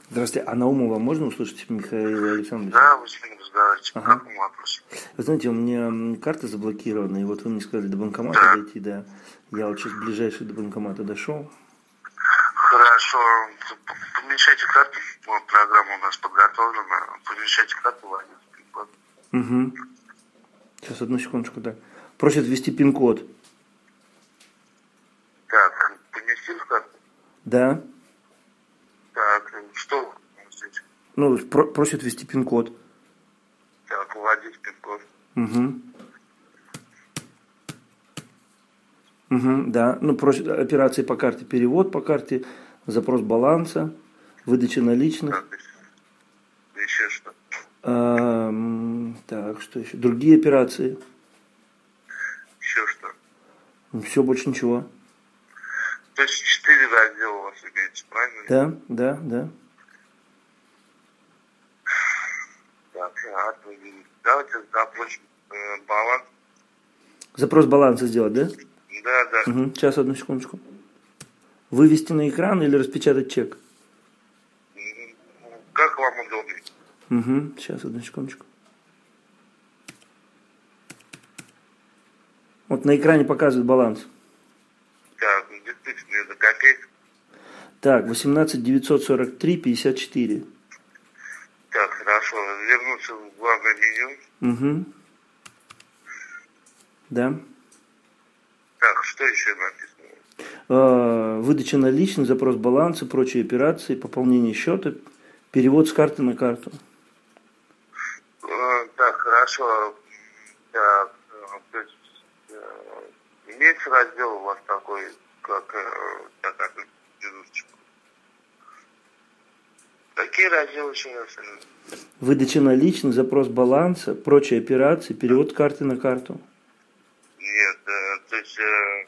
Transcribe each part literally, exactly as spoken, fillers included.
Здравствуйте, а Наумова можно услышать, Михаил Александрович? Да, вы с ним разговариваете. По Ага. какому вопросу? Вы знаете, у меня карта заблокирована, и вот вы мне сказали до банкомата Да. дойти, да. Я вот сейчас ближайший до банкомата дошел. Хорошо. Помещайте карту. Вот программа у нас подготовлена. Помещайте карту, Ваня. Угу. Сейчас, одну секундочку, да. Просят ввести пин-код. Так, поместили карту? Да. Так, что здесь? Ну, про- просят ввести пин-код. Так, вводить пин-код. Угу. Угу, да. Ну, просят операции по карте, перевод по карте, запрос баланса, выдача наличных. Так, еще что? А, м, так, что еще? Другие операции. Еще что? Все, больше ничего. То есть четыре раздела у вас имеется, правильно? Да, да, да. Так, а, давайте запросим э, баланс. Запрос баланса сделать, да? Да, да. Угу. Сейчас, одну секундочку. Вывести на экран или распечатать чек? Как вам удобнее? Угу. Сейчас, одну секундочку. Вот на экране показывает баланс. Так, действительно, это копейка. Так, восемнадцать девятьсот сорок три пятьдесят четыре. Так, хорошо. Вернуться в главное меню. Угу. Да. Так, что еще написано? А, выдача наличных, запрос баланса, прочие операции, пополнение счета, перевод с карты на карту. Э, Так, хорошо. Так, э, то есть, э, имеется раздел у вас такой, как, э, так, как, минуточку. Какие разделы еще раз? Выдача наличных, запрос баланса, прочие операции, перевод с карты на карту. Нет, э, то есть, э,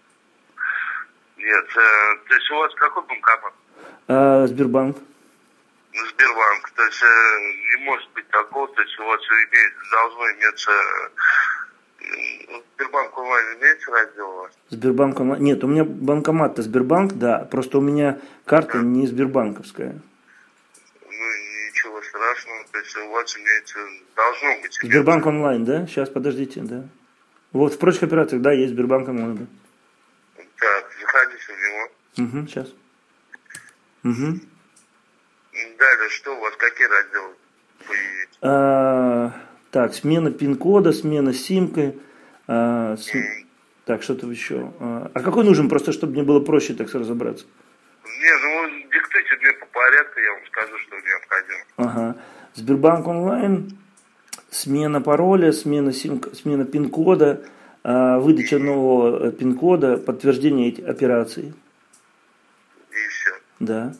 нет, э, то есть у вас какой банкомат? А, Сбербанк. Сбербанк, то есть э, не может быть такого, то есть у вас имеет, должно иметься, э, Сбербанк онлайн имеется раздел у вас? Сбербанк онлайн. Нет, у меня банкомат-то Сбербанк, да, просто у меня карта Да. не сбербанковская. Ну, ничего страшного, то есть у вас имеется, должно быть. Сбербанк имеется. онлайн, да? Сейчас, подождите, да. Вот в прочих операциях, да, есть Сбербанк онлайн, да. Так, заходите в него. Угу, сейчас. Угу. Далее, что у вас, какие разделы появились? А, так, смена пин-кода, смена симки. А, с- М, Так, что-то еще. А, а какой нужен, просто чтобы мне было проще так разобраться? Не, ну вы диктуйте мне по порядку, я вам скажу, что необходимо. Ага. Сбербанк онлайн, смена пароля, смена, сим... смена пин-кода, а, выдача нового э, пин-кода, подтверждение этих операций. И все. Да.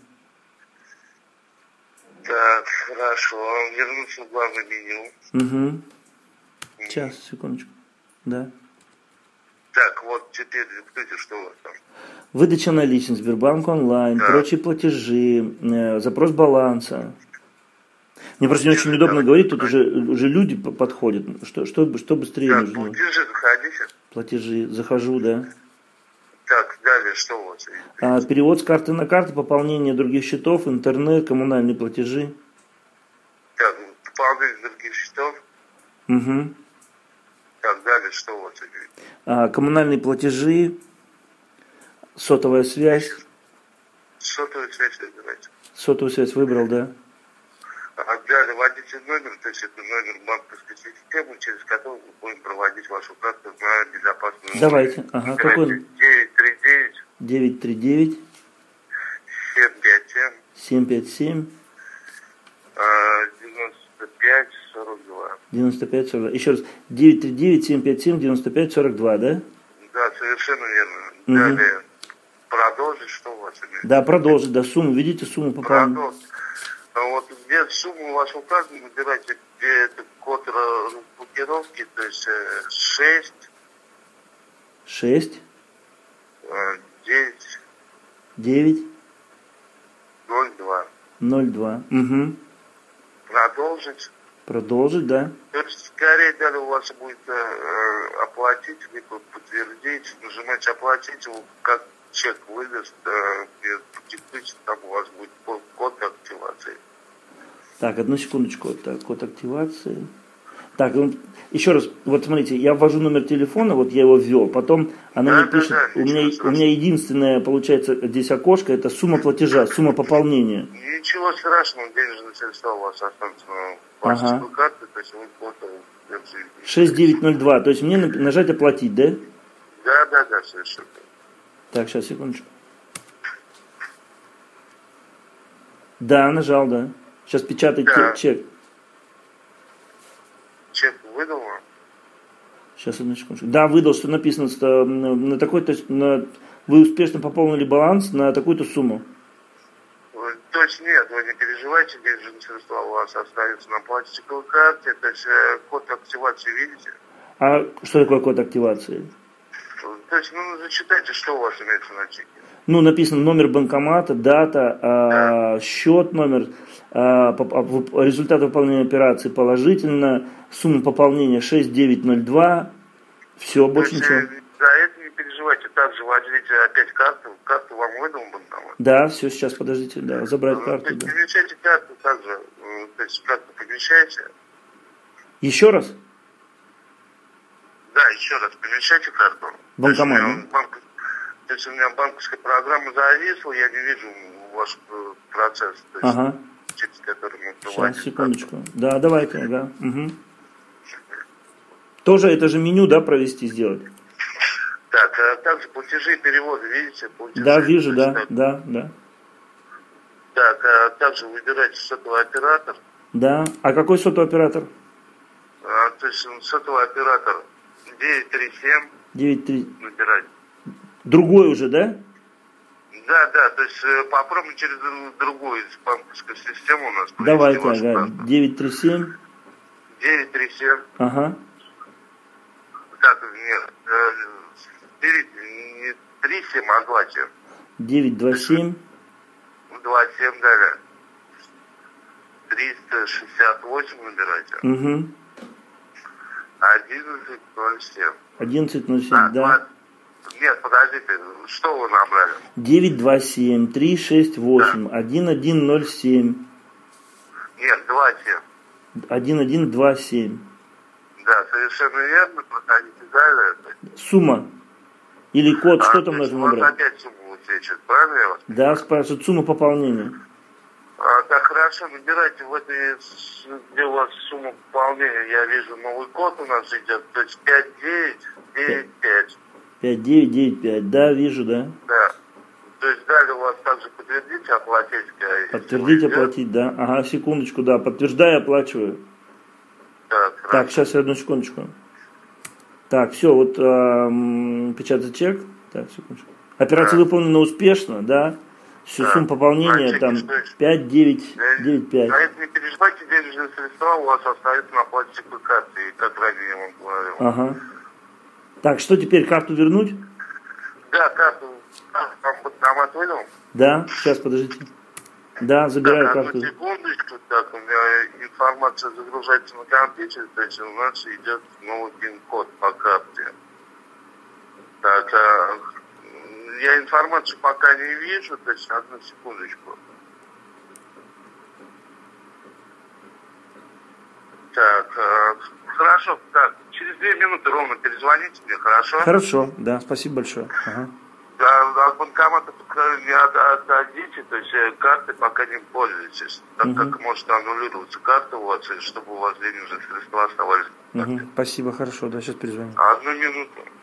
Так, хорошо. Вернуться в главное меню. Угу. Сейчас, секундочку. Да. Так, вот теперь диктуйте, что у вас там. Выдача наличных, Сбербанк онлайн, Да. прочие платежи, э, запрос баланса. Мне просто не очень Платежи, удобно да. говорить, тут уже, уже люди по- подходят. Что, что, что быстрее Так, нужно? платежи заходите. Платежи, захожу, да. Так, далее, что у вас? А, перевод с карты на карту, пополнение других счетов, интернет, коммунальные платежи. Так, пополнение других счетов. Угу. Так, далее, что у вас идет? А, коммунальные платежи, сотовая связь. Сотовую связь выбирайте. Сотовую связь выбрал, да. А далее вводите номер, то есть это номер банковской системы, через который мы будем проводить вашу карту на безопасную. Давайте. Ага, какой? девять три девять девять три девять семь пять семь семь пять семь девяносто пять сорок два. девяносто пять сорок два. Еще раз. девять три девять семь пять семь девяносто пять сорок два, да? Да, совершенно верно. Угу. Далее продолжить, что у вас имеется? Да, продолжить, да, сумму. Видите, сумму пополнения. Продолжить. А вот где сумму вашу указана, выбирайте, где это код разблокировки, то есть шесть шесть девять девять ноль два. ноль два. Угу. Продолжить. Продолжить, да. То есть, скорее, далее у вас будет э, оплатить, либо подтвердить, нажимать оплатить, как чек выдаст, подтекните, там у вас будет код активации. Так, одну секундочку. Так, код активации. Так, еще раз, вот смотрите, я ввожу номер телефона, вот я его ввел, потом она да, мне пишет, да, да, у, меня, у меня единственное, получается, здесь окошко, это сумма платежа, сумма пополнения. Ничего страшного, денежные средства у вас останутся на пластиковой ага. карте, то есть вы просто... шесть девять ноль два, то есть мне нажать оплатить, да? Да, да, да, совершенно. Так, сейчас, секундочку. Да, нажал, да. Сейчас печатать да. чек. Чек выдал вам? Сейчас, одну секундочку. Да, выдал, что написано, что на такой-то, на, вы успешно пополнили баланс на такую-то сумму. То есть нет, вы не переживайте, денежные средства у вас остаются на пластиковой карте, то есть код активации видите? А что такое код активации? То есть, ну, зачитайте, что у вас имеется на чеке. Ну, написано номер банкомата, дата, да. э, счет, номер, э, результат выполнения операции положительно, сумма пополнения шесть девять ноль два, все, то больше есть, ничего. За это не переживайте, также возьмите опять карту, карту вам выдал банкомат. Да, все, сейчас, подождите, да, забрать ну, карту. То есть, да. помещайте карту также, то есть, карту помещайте. Еще раз? Да, еще раз, помещайте карту. Банкомат, то есть, да? банк, то есть у меня банковская программа зависла, я не вижу ваш процесс, то есть, ага. через который мы проводим. Сейчас, секундочку. Карту. Да, давайте, ага. Угу. Тоже это же меню, да, провести, сделать? Так, а также платежи и переводы, видите? Платежи, да, вижу, да, так. да, да. Так, а также выбирайте сотовый оператор. Да, а какой сотовый оператор? А, то есть сотовый оператор девять три семь. девять три. Выбирать. Другой уже, да? Да, да, то есть попробуем через другую банковскую систему у нас. Давайте, ага, девять три семь. девять три семь. Ага. Так, нет, не три семь, а два семь. девять два семь. два семь, да, триста шестьдесят восемь набирайте. Угу. одиннадцать ноль семь. одиннадцать ноль семь, а, да. два... Нет, подождите, что вы набрали? девять два семь три шесть восемь один один ноль семь. Нет, два семь. один один два семь. Да, совершенно верно, проходите далее. Сумма. Или код, а, что там нужно набрать? У вас опять сумма утечет, правильно я вас Да, спрашивают, сумма пополнения. А, так, хорошо, набирайте в этой, где у вас сумма пополнения, я вижу новый код у нас идет, то есть пять девять девять пять. пять девять девять пять, да, вижу, да. Да. То есть далее у вас также подтвердите, оплатить. Подтвердить, оплатить, да. Ага, секундочку, да, подтверждаю, оплачиваю. Так, так, сейчас одну секундочку. Так, все, вот эм, печатать чек. Так, секундочку. Операция да. выполнена успешно, да. Все, да. Сумма пополнения а там пять девять девять пять. А это не переживайте, денежные средства у вас остаются на пластиковой карте, как ранее я вам говорил. Ага. Так, что теперь, карту вернуть? Да, карту. Вам банкомат выдал? Да, сейчас, подождите. Да, забираю так, карту. Одну секундочку, так, у меня информация загружается на компьютер, то есть у нас идет новый пин-код по карте. Так, а, я информацию пока не вижу, то есть одну секундочку. Так, а, хорошо, так, через две минуты ровно перезвоните мне, хорошо? Хорошо, да, спасибо большое. Ага. Да, от банкомата не отойдите, то есть карты пока не пользуйтесь, так угу. как может аннулироваться карта у вас, чтобы у вас денежные средства оставались. Угу. Спасибо, хорошо, да, сейчас перезвоню. Одну минуту.